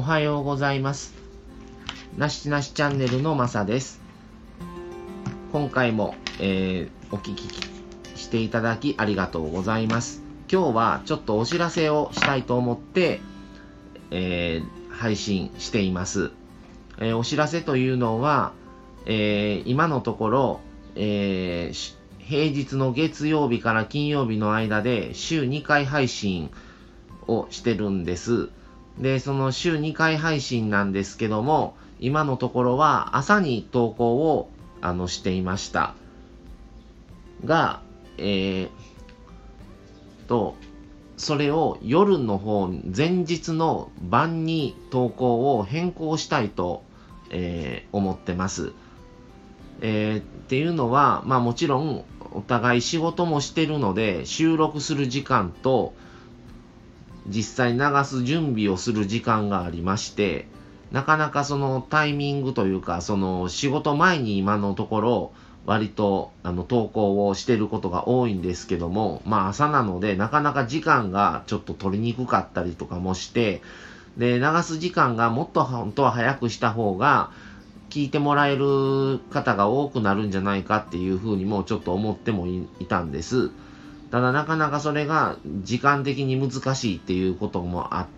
はようございます。なしなしチャンネルのまさです。今回も、お聞きしていただきありがとうございます。今日はちょっとお知らせをしたいと思って、配信しています。お知らせというのは、今のところ、平日の月曜日から金曜日の間で週2回配信をしてるんです。で、その週2回配信なんですけども、今のところは朝に投稿をしていましたが、それを夜の方、前日の晩に投稿を変更したいと、思ってます。っていうのは、もちろんお互い仕事もしてるので、収録する時間と実際流す準備をする時間がありまして、なかなかそのタイミングというか、その仕事前に今のところ割と投稿をしてることが多いんですけども、朝なのでなかなか時間がちょっと取りにくかったりとかもして、で流す時間がもっと本当は早くした方が聞いてもらえる方が多くなるんじゃないかっていうふうにもちょっと思っても いたんです。ただなかなかそれが時間的に難しいっていうこともあって、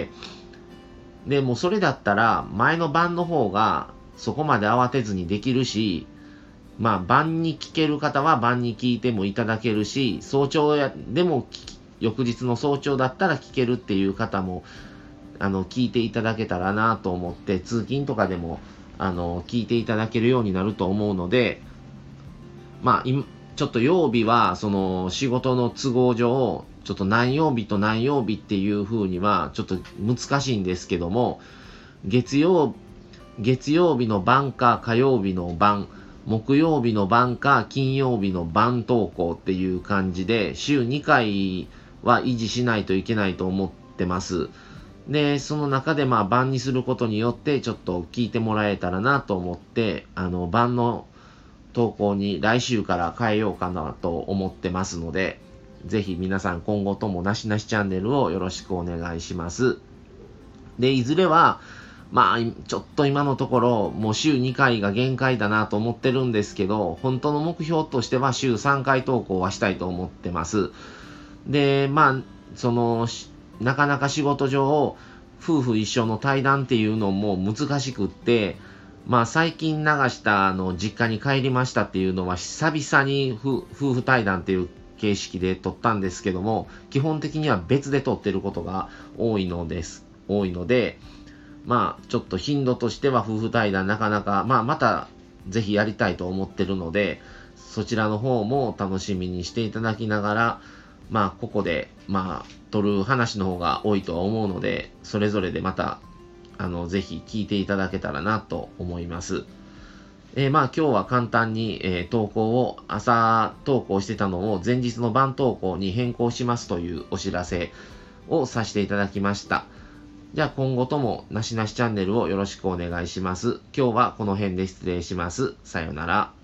でもうそれだったら前の晩の方がそこまで慌てずにできるし、晩に聞ける方は晩に聞いてもいただけるし、早朝でも翌日の早朝だったら聞けるっていう方も聞いていただけたらなと思って、通勤とかでも聞いていただけるようになると思うので、ちょっと曜日はその仕事の都合上ちょっと何曜日と何曜日っていう風にはちょっと難しいんですけども、月曜日の晩か火曜日の晩、木曜日の晩か金曜日の晩投稿っていう感じで週2回は維持しないといけないと思ってます。で、その中で晩にすることによってちょっと聞いてもらえたらなと思って、晩の投稿に来週から変えようかなと思ってますので、ぜひ皆さん今後ともなしなしチャンネルをよろしくお願いします。で、いずれはちょっと今のところもう週2回が限界だなと思ってるんですけど、本当の目標としては週3回投稿はしたいと思ってます。で、なかなか仕事上夫婦一緒の対談っていうのも難しくって、最近流した実家に帰りましたっていうのは久々に夫婦対談っていう形式で撮ったんですけども、基本的には別で撮ってることが多いので、ちょっと頻度としては夫婦対談なかなか、またぜひやりたいと思ってるので、そちらの方も楽しみにしていただきながら、ここで、撮る話の方が多いとは思うので、それぞれでまた、ぜひ聞いていただけたらなと思います。今日は簡単に、投稿を朝投稿してたのを前日の晩投稿に変更しますというお知らせをさせていただきました。じゃあ今後ともなしなしチャンネルをよろしくお願いします。今日はこの辺で失礼します。さようなら。